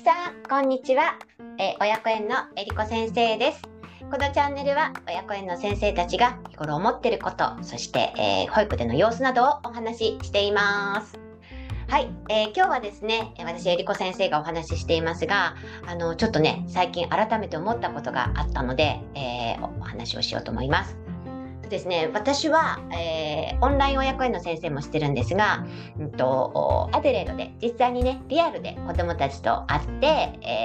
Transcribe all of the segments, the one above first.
さん、こんにちは。親子園のえりこ先生です。このチャンネルは親子園の先生たちが日頃思っていること、そして、保育での様子などをお話ししています。はい、今日はですね、私えりこ先生がお話ししていますが、ちょっとね、最近改めて思ったことがあったので、お話をしようと思います。ですね、私は、オンライン親子園の先生もしてるんですが、アデレードで実際にねリアルで子どもたちと会って、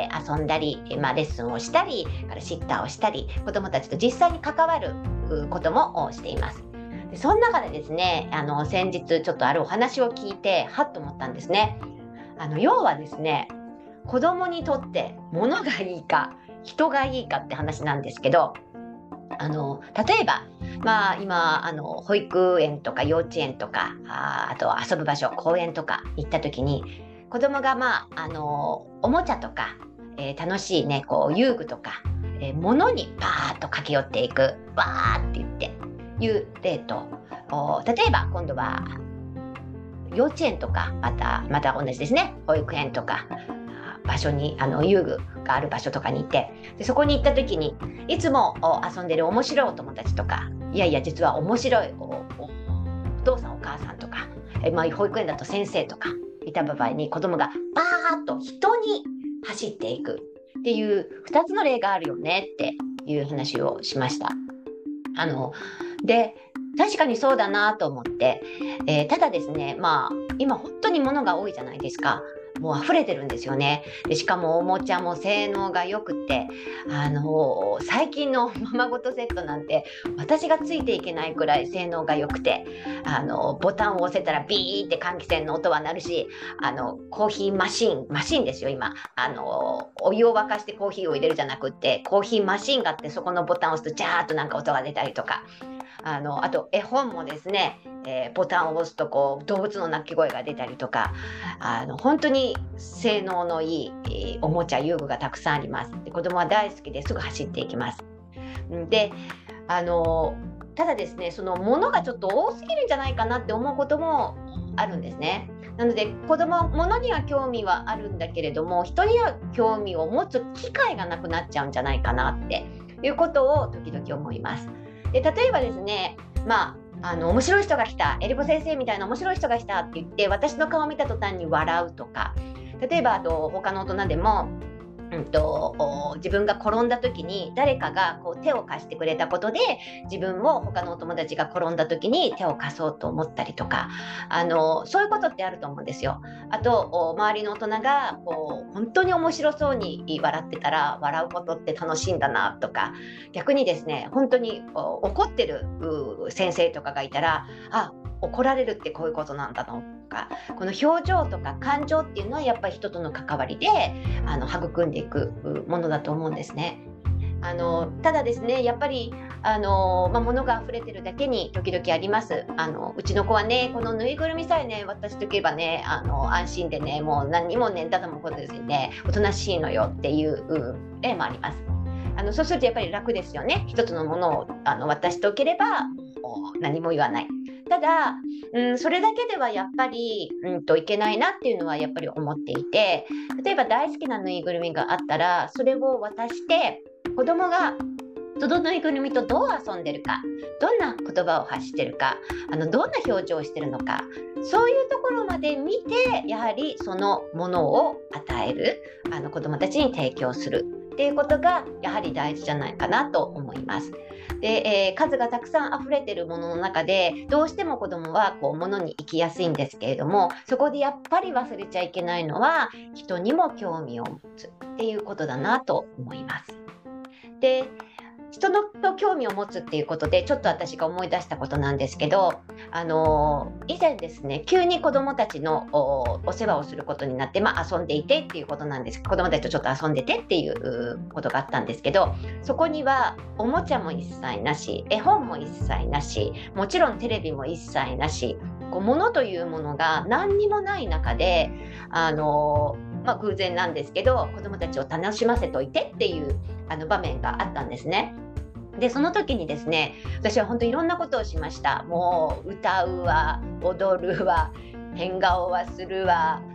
遊んだり、レッスンをしたりからシッターをしたり子どもたちと実際に関わることもしています。でその中でですね、先日ちょっとあるお話を聞いてはっと思ったんですね。要はですね、子どもにとって物がいいか人がいいかって話なんですけど、例えば今保育園とか幼稚園とかあと遊ぶ場所公園とか行った時に子供がおもちゃとか、楽しいねこう遊具とか、物にバーッと駆け寄っていくわーって言っていう例と、例えば今度は幼稚園とかまた同じですね、保育園とか場所に遊具がある場所とかに行ってでそこに行った時にいつも遊んでる面白いお友達とかいや実は面白いお父さんお母さんとか、保育園だと先生とかいた場合に子供がバーッと人に走っていくっていう2つの例があるよねっていう話をしました。で確かにそうだなと思って、ただですね、今本当に物が多いじゃないですか。もう溢れてるんですよね。でしかもおもちゃも性能が良くて、最近のままごとセットなんて私がついていけないくらい性能が良くて、ボタンを押せたらビーって換気扇の音は鳴るし、コーヒーマシンですよ今。お湯を沸かしてコーヒーを入れるじゃなくってコーヒーマシンがあってそこのボタンを押すとジャーッとなんか音が出たりとか。あと絵本もですね、ボタンを押すとこう動物の鳴き声が出たりとか本当に性能のいい、おもちゃ遊具がたくさんあります。で子供は大好きですぐ走っていきます。でただですね、そのものがちょっと多すぎるんじゃないかなって思うこともあるんですね。なので子供物には興味はあるんだけれども人には興味を持つ機会がなくなっちゃうんじゃないかなっていうことを時々思います。で例えばですね、面白い人が来た、えりこ先生みたいな面白い人が来たって言って私の顔を見た途端に笑うとか、例えば他の大人でも、自分が転んだ時に誰かがこう手を貸してくれたことで自分も他のお友達が転んだ時に手を貸そうと思ったりとか、そういうことってあると思うんですよ。あと周りの大人がこう本当に面白そうに笑ってたら笑うことって楽しいんだなとか、逆にですね本当に怒ってる先生とかがいたら怒られるってこういうことなんだとか、この表情とか感情っていうのはやっぱり人との関わりで育んでいくものだと思うんですね。ただですねやっぱり物が溢れてるだけに時々あります。うちの子はねこのぬいぐるみさえね渡しておけばね安心でねもう何にもねただもことですねおとなしいのよっていう例もあります。そうするとやっぱり楽ですよね。一つのものを渡しておければ何も言わない。ただ、それだけではやっぱり、いけないなっていうのはやっぱり思っていて、例えば大好きなぬいぐるみがあったらそれを渡して子供がそのぬいぐるみとどう遊んでるか、どんな言葉を発してるか、どんな表情をしてるのか、そういうところまで見てやはりそのものを与える子供たちに提供するっていうことがやはり大事じゃないかなと思います。で、数がたくさん溢れているものの中でどうしても子どもはこう物に行きやすいんですけれども、そこでやっぱり忘れちゃいけないのは人にも興味を持つっていうことだなと思います。で人のと興味を持つっていうことでちょっと私が思い出したことなんですけど、以前ですね急に子どもたちのお世話をすることになって、遊んでいてっていうことなんです。子どもたちとちょっと遊んでてっていうことがあったんですけど、そこにはおもちゃも一切なし、絵本も一切なし、もちろんテレビも一切なし、物というものが何にもない中で偶然なんですけど子どもたちを楽しませといてっていう場面があったんですね。でその時にですね私は本当いろんなことをしました。もう歌うわ踊るわ変顔はするわ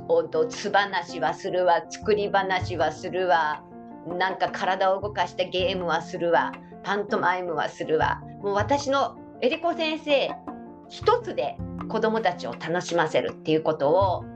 図話はするわ、作り話はするわ、なんか体を動かしたゲームはするわ、パントマイムはするわ。もう私のえりこ先生一つで子どもたちを楽しませるっていうことを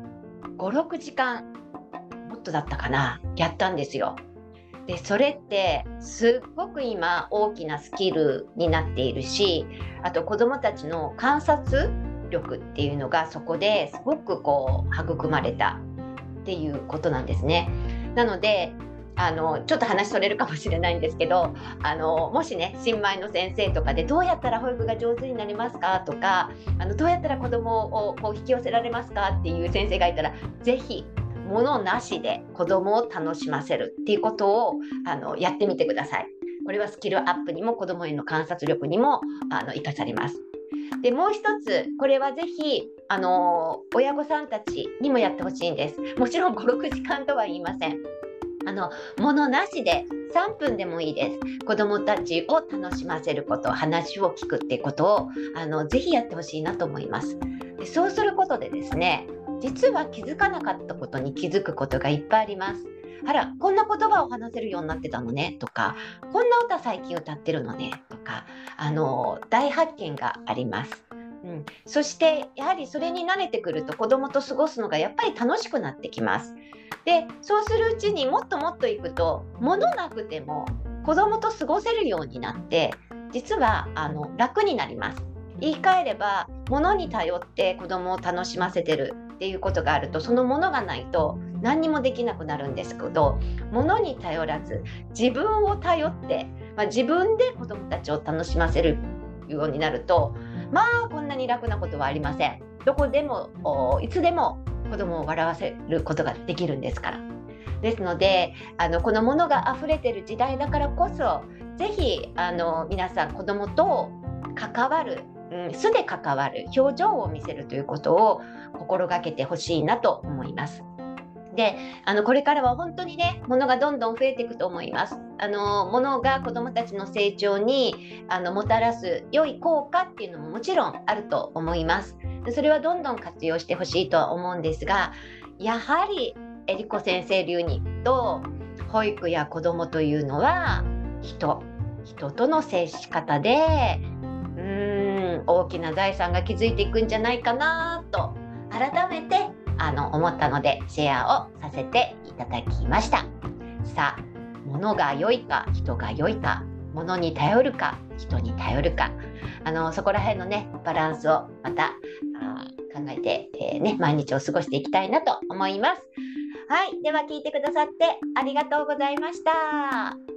5、6時間もっとだったかな、やったんですよ。でそれってすっごく今大きなスキルになっているし、あと子どもたちの観察力っていうのがそこですごく育まれたっていうことなんですね。なのでちょっと話それるかもしれないんですけど、もしね新米の先生とかでどうやったら保育が上手になりますかとか、どうやったら子どもを引き寄せられますかっていう先生がいたら、ぜひ物なしで子どもを楽しませるっていうことをやってみてください。これはスキルアップにも子どもへの観察力にも生かされます。でもう一つ、これはぜひ親御さんたちにもやってほしいんです。もちろん5、6時間とは言いません。物なしで3分でもいいです。子どもたちを楽しませること、話を聞くっていうことをぜひやってほしいなと思います。でそうすることでですね、実は気づかなかったことに気づくことがいっぱいあります。あら、こんな言葉を話せるようになってたのねとか、こんな歌最近歌ってるのねとか、大発見があります。そしてやはりそれに慣れてくると子どもと過ごすのがやっぱり楽しくなってきます。でそうするうちにもっともっといくと、物なくても子どもと過ごせるようになって、実は楽になります。言い換えれば、物に頼って子どもを楽しませてるっていうことがあると、その物がないと何にもできなくなるんですけど、物に頼らず自分を頼って、自分で子どもたちを楽しませるようになると、こんなに楽なことはありません。どこでもいつでも子どもを笑わせることができるんですから。ですのでこのものが溢れている時代だからこそ、ぜひ皆さん子どもと関わる、素で関わる、表情を見せるということを心がけてほしいなと思います。でこれからは本当にね、ものがどんどん増えていくと思います。ものが子どもたちの成長にもたらす良い効果っていうのももちろんあると思います。でそれはどんどん活用してほしいとは思うんですが、やはりえりこ先生流にと保育や子どもというのは人との接し方で大きな財産が築いていくんじゃないかなと改めて思ったので、シェアをさせていただきました。さあ、物が良いか人が良いか、物に頼るか人に頼るか、そこら辺のねバランスをまた考えて、毎日を過ごしていきたいなと思います。はい、では聞いてくださってありがとうございました。